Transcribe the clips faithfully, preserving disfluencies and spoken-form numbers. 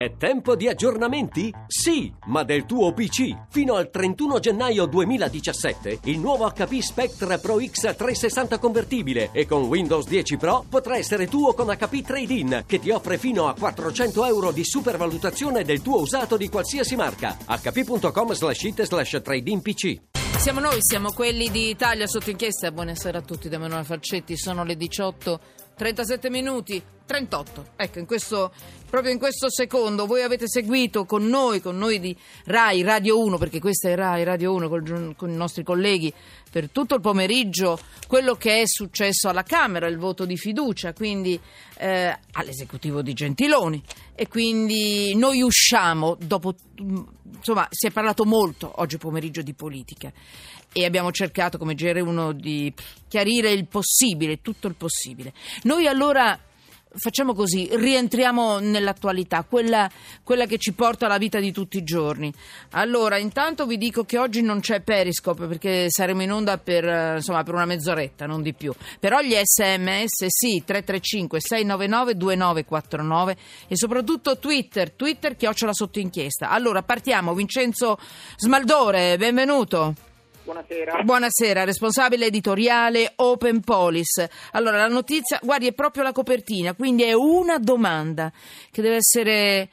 È tempo di aggiornamenti? Sì, ma del tuo P C. Fino al trentuno gennaio duemiladiciassette, il nuovo H P Spectre Pro X trecentosessanta convertibile e con Windows dieci Pro potrà essere tuo con H P Trade-in, che ti offre fino a quattrocento euro di supervalutazione del tuo usato di qualsiasi marca. hp.com slash it slash trade-in pc. Siamo noi, siamo quelli di Italia sotto inchiesta. Buonasera a tutti da Emanuele Falcetti. Sono le diciotto trentasette minuti, trentotto. Ecco, in questo, proprio in questo secondo voi avete seguito con noi, con noi di Rai Radio uno, perché questa è Rai Radio uno con, con i nostri colleghi per tutto il pomeriggio, quello che è successo alla Camera, il voto di fiducia, quindi eh, all'esecutivo di Gentiloni. E quindi noi usciamo dopo, insomma, si è parlato molto oggi pomeriggio di politica e abbiamo cercato come G R uno di chiarire il possibile, tutto il possibile. Noi allora facciamo così, rientriamo nell'attualità, quella, quella che ci porta alla vita di tutti i giorni. Allora, intanto vi dico che oggi non c'è Periscope perché saremo in onda per, insomma, per una mezz'oretta, non di più. Però gli sms sì, tre tre cinque sei nove nove due nove quattro nove e soprattutto Twitter, Twitter chiocciola sotto inchiesta. Allora, partiamo. Vincenzo Smaldore, benvenuto. Buonasera. Buonasera, responsabile editoriale Open Policy. Allora, la notizia, guardi, è proprio la copertina, quindi è una domanda che deve essere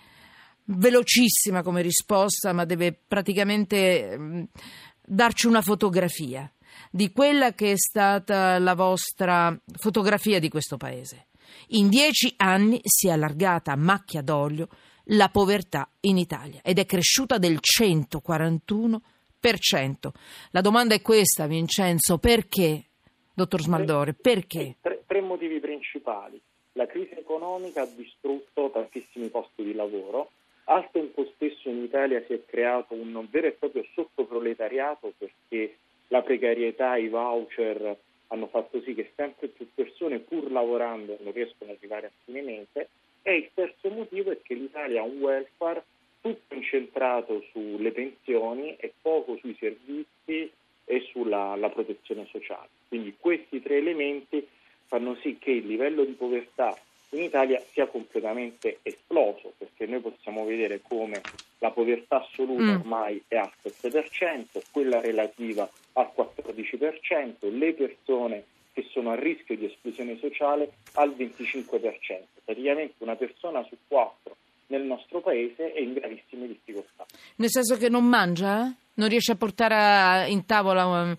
velocissima come risposta, ma deve praticamente mh, darci una fotografia di quella che è stata la vostra fotografia di questo paese. In dieci anni si è allargata a macchia d'olio la povertà in Italia ed è cresciuta del centoquarantuno per cento. La domanda è questa, Vincenzo: perché, dottor Smaldore, perché? Tre, tre motivi principali. La crisi economica ha distrutto tantissimi posti di lavoro. Al tempo stesso in Italia si è creato un vero e proprio sottoproletariato, perché la precarietà, i voucher hanno fatto sì che sempre più persone, pur lavorando, non riescono ad arrivare a fine mese. E il terzo motivo è che l'Italia ha un welfare tutto incentrato sulle pensioni e poco sui servizi e sulla la protezione sociale. Quindi questi tre elementi fanno sì che il livello di povertà in Italia sia completamente esploso, perché noi possiamo vedere come la povertà assoluta mm. ormai è al sette per cento, quella relativa al quattordici per cento, le persone che sono a rischio di esclusione sociale al venticinque per cento. Praticamente una persona su quattro nel nostro paese è in gravissime difficoltà. Nel senso che non mangia? Non riesce a portare a, in tavola, um,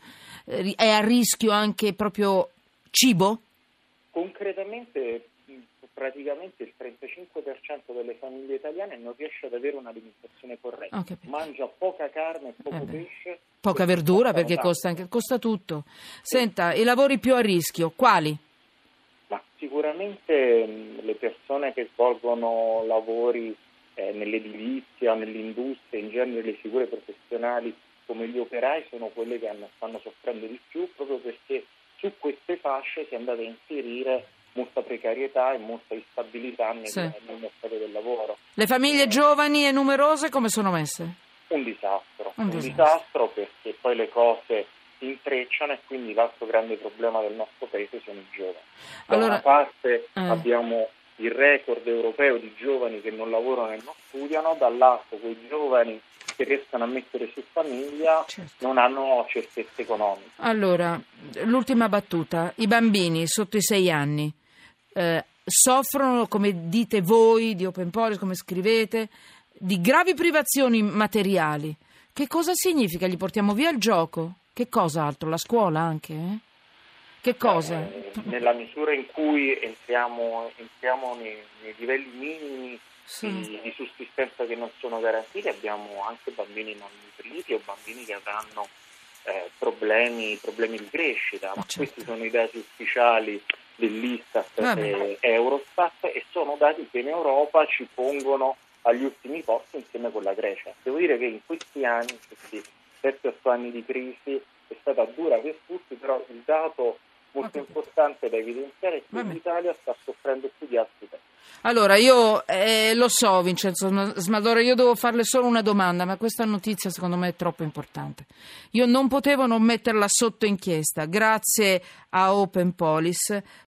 è a rischio anche proprio cibo? Concretamente, praticamente il trentacinque per cento delle famiglie italiane non riesce ad avere un'alimentazione corretta. Mangia poca carne, poco eh pesce. Poca verdura, perché costa, anche, costa tutto. Senta, i lavori più a rischio, quali? Ma sicuramente mh, le persone che svolgono lavori eh, nell'edilizia, nell'industria, in genere le figure professionali come gli operai sono quelle che hanno, stanno soffrendo di più, proprio perché su queste fasce si è andata a inserire molta precarietà e molta instabilità nel, sì. nel mercato del lavoro. Le famiglie eh, giovani e numerose come sono messe? Un disastro, un, un disastro. disastro perché poi le cose si intrecciano e quindi l'altro grande problema del nostro paese sono i giovani. Da allora, una parte eh. abbiamo il record europeo di giovani che non lavorano e non studiano, dall'altro quei giovani che riescono a mettere su famiglia certo. non hanno certezze economiche. Allora, l'ultima battuta: i bambini sotto i sei anni eh, soffrono, come dite voi di Open Policy, come scrivete, di gravi privazioni materiali. Che cosa significa? Gli portiamo via il gioco? Che cosa altro? La scuola anche? Eh? Che cosa? Eh, nella misura in cui entriamo, entriamo nei, nei livelli minimi sì. di, di sussistenza che non sono garantiti, abbiamo anche bambini non nutriti o bambini che avranno eh, problemi, problemi di crescita. Ma certo. Questi sono i dati ufficiali dell'Istat e Eurostat e sono dati che in Europa ci pongono agli ultimi posti insieme con la Grecia. Devo dire che in questi anni, questi sette otto anni di crisi, è stata dura per tutti, però il dato molto importante da evidenziare è che l'Italia sta soffrendo più di altri paesi. Allora, io eh, lo so, Vincenzo Smaldore, io devo farle solo una domanda, ma questa notizia secondo me è troppo importante. Io non potevo non metterla sotto inchiesta. Grazie a Open Policy